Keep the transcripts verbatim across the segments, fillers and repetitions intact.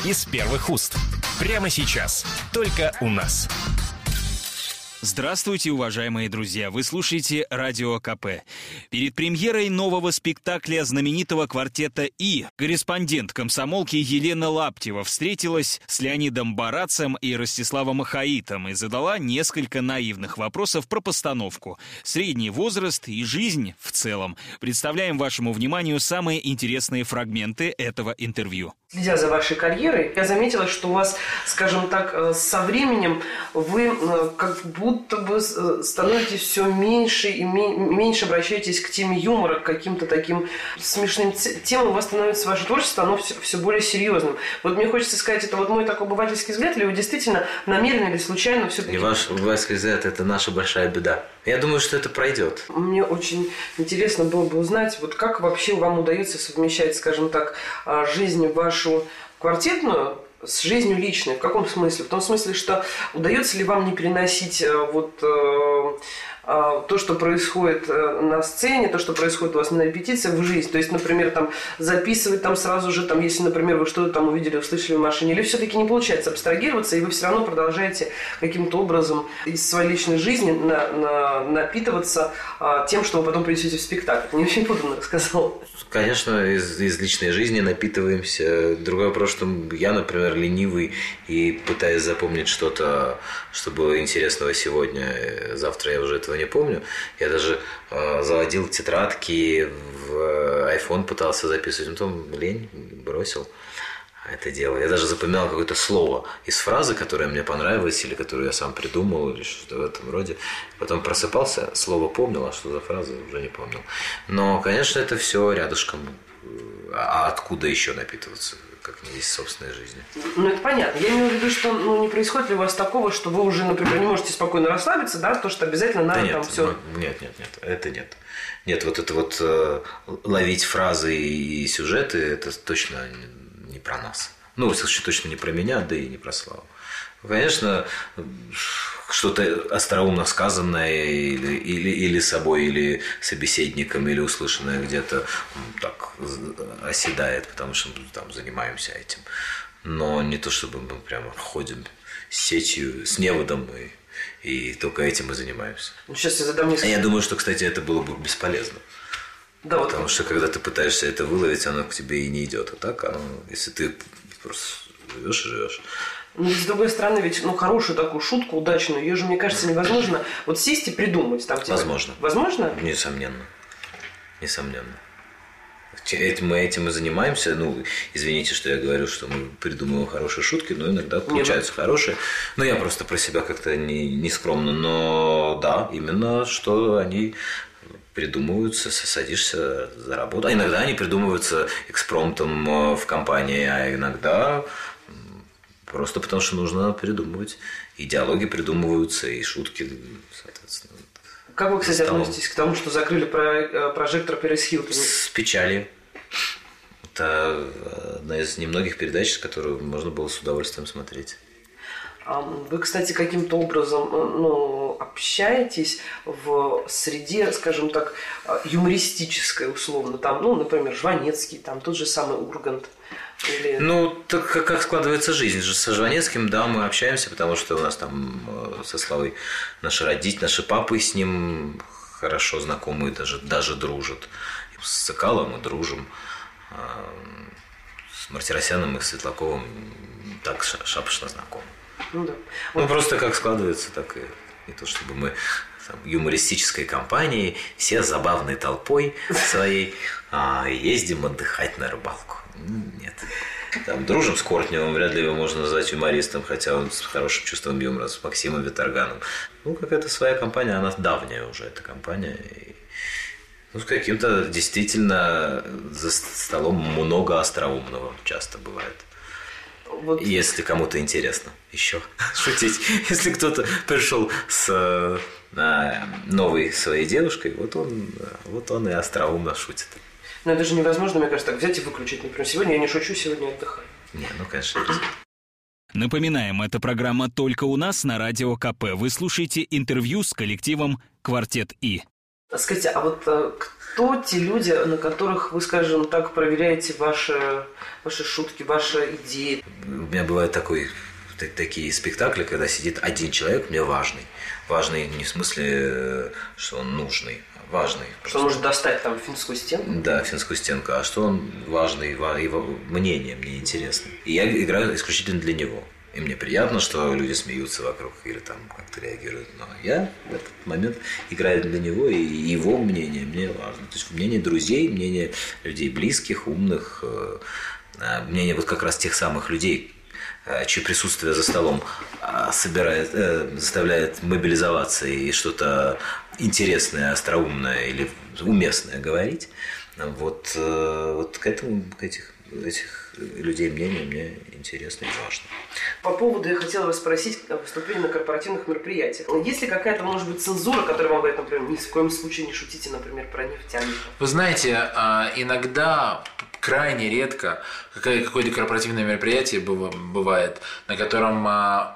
Из первых уст. Прямо сейчас. Только у нас. Здравствуйте, уважаемые друзья! Вы слушаете Радио КП. Перед премьерой нового спектакля знаменитого квартета «И» корреспондент комсомолки Елена Лаптева встретилась с Леонидом Барацем и Ростиславом Хаитом и задала несколько наивных вопросов про постановку, средний возраст и жизнь в целом. Представляем вашему вниманию самые интересные фрагменты этого интервью. Следя за вашей карьерой, я заметила, что у вас, скажем так, со временем вы как будто бы становитесь все меньше и меньше обращаетесь к теме юмора, к каким-то таким смешным темам. У вас становится ваше творчество, оно все, все более серьезным. Вот мне хочется сказать, это вот мой такой обывательский взгляд, или вы действительно намеренно или случайно все-таки... И ваш обывательский взгляд – это наша большая беда. Я думаю, что это пройдет. Мне очень интересно было бы узнать, вот как вообще вам удается совмещать, скажем так, жизнь вашу квартетную с жизнью личной. В каком смысле? В том смысле, что удается ли вам не переносить вот то, что происходит на сцене, то, что происходит у вас на репетициях, в жизнь. То есть, например, там, записывать там сразу же, там, если, например, вы что-то там увидели, услышали в машине, или все-таки не получается абстрагироваться, и вы все равно продолжаете каким-то образом из своей личной жизни на, на, напитываться а, тем, что вы потом принесете в спектакль. Не очень путанно сказал. Конечно, из, из личной жизни напитываемся. Другой вопрос, что я, например, ленивый и пытаюсь запомнить что-то, что было интересного сегодня. Завтра я уже этого не помню. Я даже э, заводил тетрадки, в iPhone пытался записывать, но потом лень, бросил это дело. Я даже запоминал какое-то слово из фразы, которая мне понравилась, или которую я сам придумал, или что-то в этом роде. Потом просыпался, слово помнил, а что за фраза, уже не помнил. Но, конечно, это все рядышком. А откуда еще напитываться, как не из собственной жизни? Ну, это понятно. Я имею в виду, что ну, не происходит ли у вас такого, что вы уже, например, не можете спокойно расслабиться, да, то, что обязательно надо да нет, там все... Нет, нет, нет, это нет. Нет, вот это вот э, ловить фразы и сюжеты, это точно не про нас. Ну, в случае, точно не про меня, да и не про Славу. Конечно, что-то остроумно сказанное или, или, или собой, или собеседником, или услышанное где-то так оседает, потому что мы там занимаемся этим. Но не то, чтобы мы прямо ходим с сетью, с неводом и, и только этим и занимаемся. Сейчас я задам несколько... Я думаю, что, кстати, это было бы бесполезно. Да, потому вот... что когда ты пытаешься это выловить, оно к тебе и не идет. А так, оно, если ты просто живешь и живешь. Но с другой стороны, ведь ну, хорошую такую шутку, удачную, ее же, мне кажется, невозможно вот сесть и придумать. Там, типа... Возможно. Возможно? Несомненно. Несомненно. Этим, мы этим и занимаемся. Ну, извините, что я говорю, что мы придумываем хорошие шутки, но иногда получаются Нет. хорошие. Но я просто про себя как-то не, не скромно. Но да, именно что они... придумываются, садишься за работу. А иногда они придумываются экспромтом в компании, а иногда просто потому, что нужно придумывать. И диалоги придумываются, и шутки, соответственно. Как вы, кстати, относитесь к тому, что закрыли прожектор Пэрис Хилтон? С печалью. Это одна из немногих передач, которую можно было с удовольствием смотреть. Вы, кстати, каким-то образом ну, общаетесь в среде, скажем так, юмористической, условно, там, ну, например, Жванецкий, там, тот же самый Ургант. Или... Ну, так как складывается жизнь. Со Жванецким, да, мы общаемся, потому что у нас там со Славой наши родители, наши папы с ним хорошо знакомы, даже, даже дружат. С Цикалом мы дружим, с Мартиросяном и Светлаковым так шапошно знакомы. Ну, да. ну вот. Просто как складывается, так и не то, чтобы мы там, юмористической компанией, все забавной толпой своей а, ездим отдыхать на рыбалку. Нет. Там, дружим с Кортневым, вряд ли его можно назвать юмористом, хотя он с хорошим чувством юмора, с Максимом Виторганом. Ну, какая-то своя компания, она давняя уже, эта компания. И, ну, с каким-то действительно за столом много остроумного часто бывает. Вот. Если кому-то интересно еще шутить. Если кто-то пришел с а, новой своей девушкой, вот он, вот он и остроумно шутит. Но это же невозможно, мне кажется, так взять и выключить. Например, сегодня я не шучу, сегодня отдыхаю. Не, ну, конечно, нельзя. Напоминаем, эта программа «Только у нас» на Радио КП. Вы слушаете интервью с коллективом «Квартет И». Скажите, а вот кто те люди, на которых вы, скажем так, проверяете ваши, ваши шутки, ваши идеи? У меня бывает такой, такие спектакли, когда сидит один человек, мне важный. Важный не в смысле, что он нужный, а важный. Что он может достать там финскую стенку? Да, финскую стенку. А что он важный, его мнение мне интересно. И я играю исключительно для него. И мне приятно, что люди смеются вокруг или там как-то реагируют. Но я в этот момент играю для него, и его мнение мне важно. То есть мнение друзей, мнение людей близких, умных, мнение вот как раз тех самых людей, чье присутствие за столом собирает, заставляет мобилизоваться и что-то интересное, остроумное или уместное говорить. Вот, вот к этому, к этих, этих людей мнение мне интересно и важно. По поводу, я хотела вас спросить о выступлении на корпоративных мероприятиях. Есть ли какая-то, может быть, цензура, которая вам говорит, например, ни в коем случае не шутите, например, про нефтяников? Вы знаете, иногда, крайне редко, какое-то корпоративное мероприятие бывает, на котором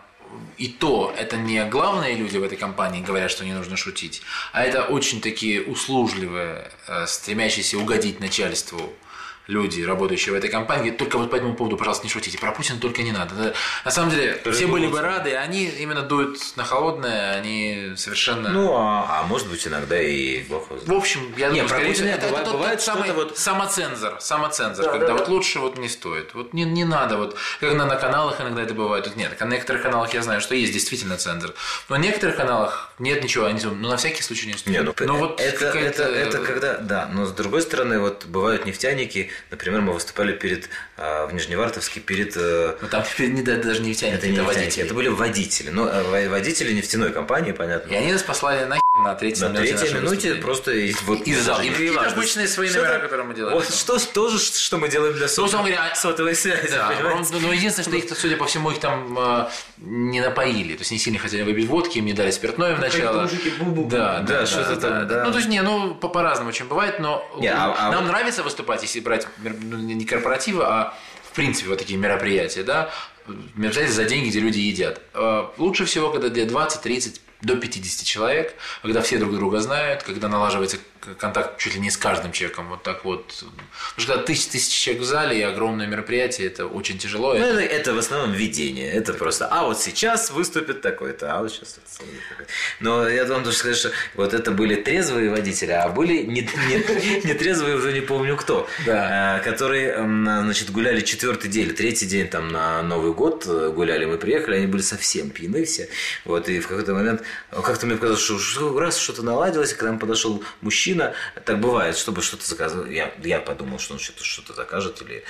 и то это не главные люди в этой компании говорят, что не нужно шутить, а это очень такие услужливые, стремящиеся угодить начальству люди, работающие в этой компании, только вот по этому поводу, пожалуйста, не шутите. Про Путина только не надо. На самом деле, Тоже все были бы рады, они именно дуют на холодное, они совершенно... Ну, а, а может быть, иногда и плохо. В общем, я Нет, думаю, скорее всего, это, это, это тот, тот самый вот... самоцензор, самоцензор, да, когда да, вот да. лучше вот не стоит. Вот не, не надо, вот, когда на каналах иногда это бывает. Тут нет, на некоторых каналах я знаю, что есть действительно цензор, но на некоторых каналах нет ничего, они, ну, на всякий случай не стоит. Не, ну, но вот это, это, это когда, да, но с другой стороны, вот бывают нефтяники, например, мы выступали перед, в Нижневартовске перед... Ну, там не, даже не нефтяники, это, это не водители. Это были водители, ну, водители нефтяной компании, понятно. И они нас послали нахер на третьей на минуте. На третьей минуте просто... Вот, и зал. И какие-то обычные свои номера, что которые мы делаем. Вот что тоже, что мы делаем для сот... ну, говоря, сотовой связи. Да, но, но единственное, что их, судя по всему, их там э, не напоили. То есть не сильно хотели выпить водки, им не дали спиртное вначале. Мужики бу-бу. Да, да, да, что-то да, там, да. Ну, то есть, не, ну, по- по-разному чем бывает, но не, а, а нам вот... нравится выступать, если брать не корпоративы, а в принципе вот такие мероприятия, да, мероприятия за деньги, где люди едят. Лучше всего, когда для двадцать-тридцать до пятидесяти человек, когда все друг друга знают, когда налаживается контакт чуть ли не с каждым человеком, вот так вот. Потому что когда тысячи тысяч человек в зале и огромное мероприятие, это очень тяжело. Ну, это, это в основном видение, это просто, а вот сейчас выступит такой-то, а вот сейчас такой-то. Но я вам должен сказать, что вот это были трезвые водители, а были не, не, не трезвые, уже не помню кто, да. которые, значит, гуляли четвертый день, третий день там на Новый год гуляли, мы приехали, они были совсем пьяны все, вот, и в какой-то момент как-то мне показалось, что раз что-то наладилось, когда нам подошел мужчина, так бывает, чтобы что-то заказывать. Я, я подумал, что он что-то, что-то закажет или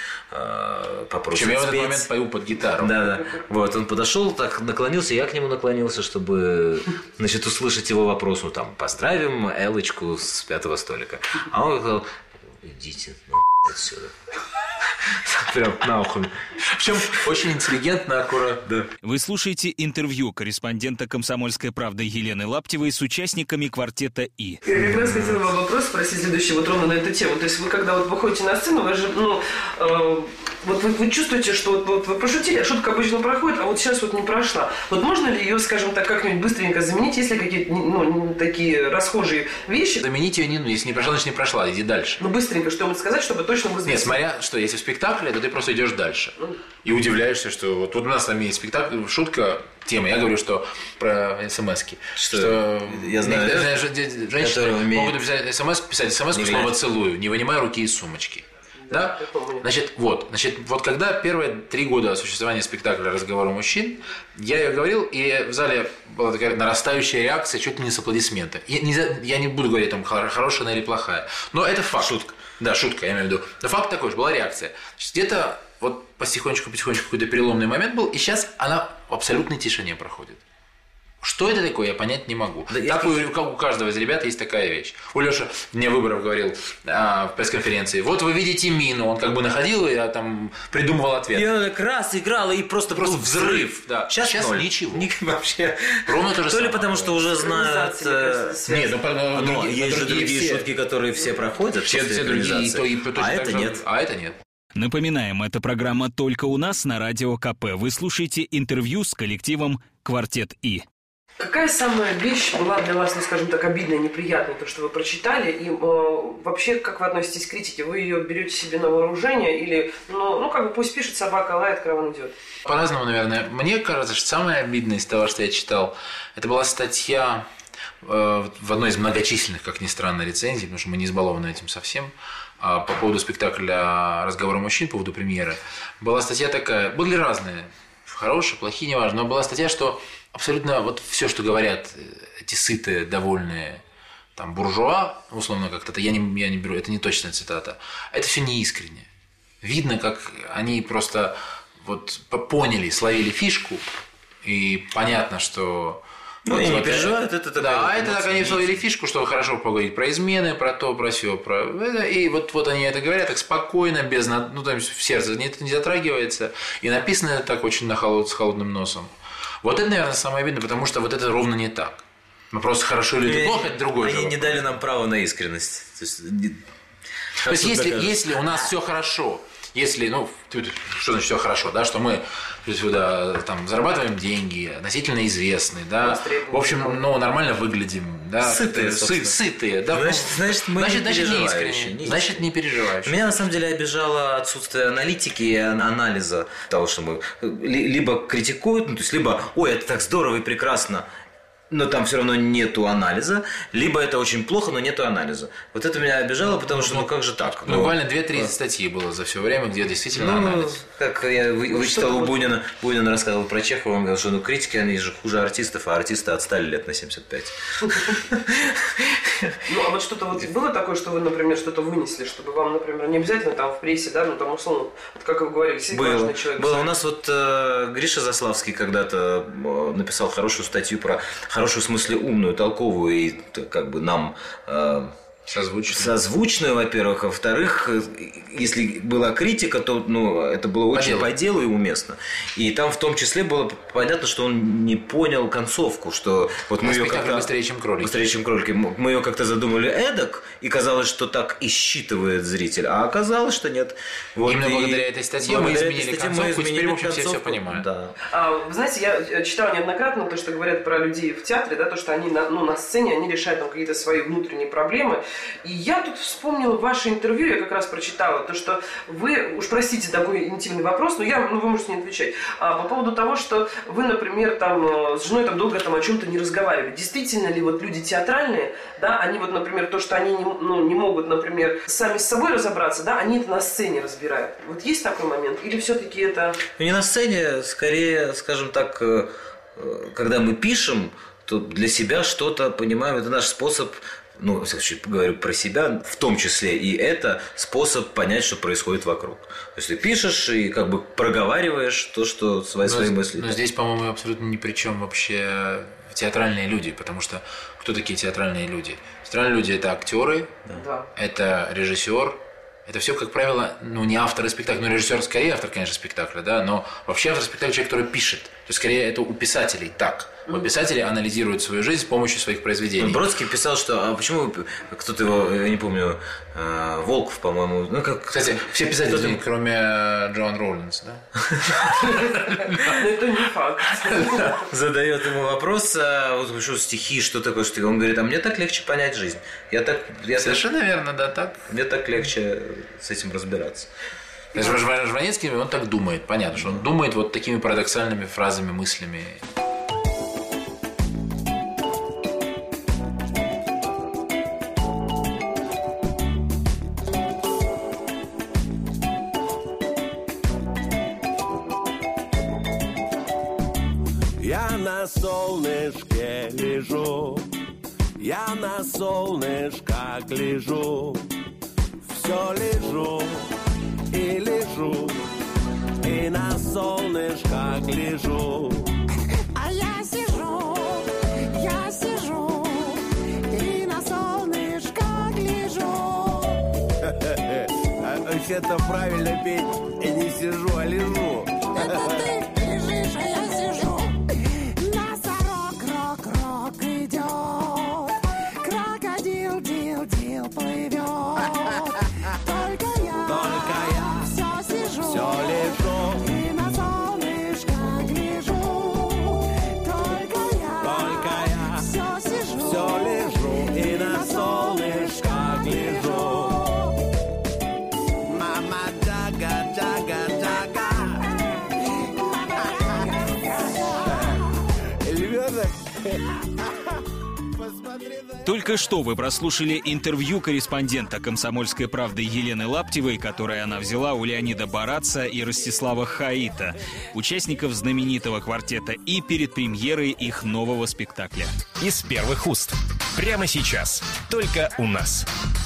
э, попросит Чем я в спеть. этот момент пою под гитару. Да, да. Вот, он подошел, так наклонился, я к нему наклонился, чтобы, значит, услышать его вопрос. Ну, там, поздравим Элочку с пятого столика. А он сказал, идите нахуй отсюда. Прям на ухо. Причем очень интеллигентно, аккуратно. Вы слушаете интервью корреспондента «Комсомольской правды» Елены Лаптевой с участниками квартета «И». Я как раз хотела вам вопрос спросить следующий, вот ровно на эту тему. То есть вы, когда вот выходите на сцену, вы же, ну, э, вот вы, вы чувствуете, что вот, вот вы пошутили, а шутка обычно проходит, а вот сейчас вот не прошла. Вот можно ли ее, скажем так, как-нибудь быстренько заменить, если какие-то, ну, такие расхожие вещи? Заменить ее не, ну, если не прошла, значит не прошла, иди дальше. Ну, быстренько что-нибудь сказать, чтобы точно вызвать. Нет, смотря, что если в спектакле, то ты просто идешь дальше. И удивляешься, что вот, вот у нас там есть спектакль, шутка, тема. Я говорю, что про смс-ки. Что? что я знаю, не, знаешь, женщины умеет... могут написать смс, писать смс-ку слово «целую», не вынимая руки из сумочки. Да? Да? Значит, вот, значит, вот когда первые три года существования спектакля «Разговоры мужчин», я ее говорил, и в зале была такая нарастающая реакция, чуть ли не с аплодисмента. Я не, я не буду говорить, там, хорошая она или плохая, но это факт. Шутка. Да, шутка, я имею в виду. Но факт такой же, была реакция. Значит, где-то вот потихонечку-потихонечку какой-то переломный момент был, и сейчас она в абсолютной тишине проходит. Что это такое, я понять не могу. Да, так у, у каждого из ребят есть такая вещь. У Лёши мне Выборов говорил а, в пресс-конференции, вот вы видите мину, он как бы находил, и я там придумывал ответ. Я как раз играла, и просто, просто был взрыв. взрыв. Да. Сейчас, сейчас ноль. Ничего. Ник вообще. Ровно то же то самое. ли потому, что уже знают... Нет, ну, но другие, есть же другие все. шутки, которые все проходят. Все, все другие, и то, и то, а это нет. А это нет. Напоминаем, эта программа только у нас на Радио КП. Вы слушаете интервью с коллективом «Квартет И». Какая самая вещь была для вас, ну, скажем так, обидная, неприятная, то, что вы прочитали, и э, вообще, как вы относитесь к критике? Вы ее берете себе на вооружение или, ну, ну, как бы пусть пишет, собака лает, караван идет? По-разному, наверное. Мне кажется, что самое обидное из того, что я читал, это была статья э, в одной из многочисленных, как ни странно, рецензий, потому что мы не избалованы этим совсем, по поводу спектакля «Разговоры мужчин», по поводу премьеры. Была статья такая, были разные, хорошие, плохие, неважно, но была статья, что абсолютно вот все, что говорят эти сытые, довольные там буржуа, условно как-то, я не, я не беру, это не точная цитата, это все неискренне. Видно, как они просто вот поняли, словили фишку, и понятно, что... Ну, вот, и вот не переживают, это такая... Да, это так они словили фишку, что хорошо поговорить про измены, про то, про сё, про это, и вот, вот они это говорят так спокойно, без, ну, там в сердце это не затрагивается, и написано это так очень на холод, с холодным носом. Вот это, наверное, самое обидное, потому что вот это ровно не так. Мы просто хорошо или плохо, это другой же. Они не дали нам право на искренность. То есть, не... То есть если, если у нас все хорошо, если, ну, что значит все хорошо, да, что мы сюда там зарабатываем деньги, относительно известны, да, в общем, ну, нормально выглядим, да, сытые, сы, сытые, да, значит, значит, мы значит, не значит, не искренне, искренне, значит, не переживающие. Меня на самом деле обижало отсутствие аналитики и анализа того, что мы либо критикуют, ну, то есть либо, ой, это так здорово и прекрасно, но там все равно нету анализа, либо это очень плохо, но нету анализа. Вот это меня обижало, потому что, ну как же так? Ну, буквально две-три статьи было за все время, где действительно ну, анализ. Как я вы, ну, вычитал у Бунина, Бунин рассказывал про Чехова, он говорил, что ну критики, они же хуже артистов, а артисты отстали лет на семьдесят пять. Ну, а вот что-то вот было такое, что вы, например, что-то вынесли, чтобы вам, например, не обязательно там в прессе, да, ну там условно, вот как вы говорили, все важный человек. Было. У нас вот э, Гриша Заславский когда-то написал хорошую статью про хорошую, в смысле, умную, толковую и как бы нам э, созвучную. созвучную, во-первых, а во-вторых, если была критика, то ну, это было очень по делу. по делу и уместно. И там в том числе было понятно, что он не понял концовку, что вот мы ее как-то быстрее, чем кролики. Быстрее, чем кролики. Мы ее как-то задумали эдак, и казалось, что так и считывает зритель, а оказалось, что нет. Вот именно и благодаря этой статье мы изменили концовку, мы изменили теперь, в общем, все все понимают. Да. А, вы знаете, я читала неоднократно то, что говорят про людей в театре, да, то, что они на, ну, на сцене, они решают там какие-то свои внутренние проблемы. И я тут вспомнила ваше интервью, я как раз прочитала, то, что вы, уж простите такой интимный вопрос, но я, ну, вы можете не отвечать, а, по поводу того, что вы, например, там, с женой там долго там о чем-то не разговаривали. Действительно ли вот люди театральные, да, они вот, например, то, что они не, ну, не могут, например, сами с собой разобраться, да, они это на сцене разбирают. Вот есть такой момент? Или все-таки это... Не на сцене, скорее, скажем так, когда мы пишем, то для себя что-то понимаем, это наш способ... Ну, говорю про себя, в том числе и это способ понять, что происходит вокруг. То есть ты пишешь и как бы проговариваешь то, что свои, но, свои мысли. Но здесь, по-моему, абсолютно ни при чем вообще театральные люди, потому что кто такие театральные люди? Театральные люди – это актеры, да. это режиссер. Это все, как правило, ну, не авторы спектакля. Ну, режиссер скорее автор, конечно, спектакля, да, но вообще автор спектакля человек, который пишет. То есть, скорее, это у писателей так. Вот писатели анализируют свою жизнь с помощью своих произведений. Бродский писал, что... А почему кто-то его, я не помню, Волков, по-моему... Ну, как... Кстати, все писатели, кроме Джоан Роулинс, да? Это не факт. Задает ему вопрос, вот что стихи, что такое, что он говорит, а мне так легче понять жизнь. Я так... Совершенно верно, да, так. Мне так легче с этим разбираться. Жванецкий, он так думает, понятно, что он думает вот такими парадоксальными фразами, мыслями. Я на солнышке лежу, я на солнышках лежу, все лежу и лежу, и на солнышках лежу. А я сижу, я сижу, и на солнышках лежу. Это правильно петь, и не сижу, а лежу. Это ты лежишь, а я сижу. Носорог, рок, рок идет, крокодил, дил, дил плывет. Только я, Только я все сижу, все лежу, и на солнышках лежу. Только я, Только Только что вы прослушали интервью корреспондента «Комсомольской правды» Елены Лаптевой, которое она взяла у Леонида Бараца и Ростислава Хаита, участников знаменитого квартета «И» перед премьерой их нового спектакля. Из первых уст. Прямо сейчас. Только у нас.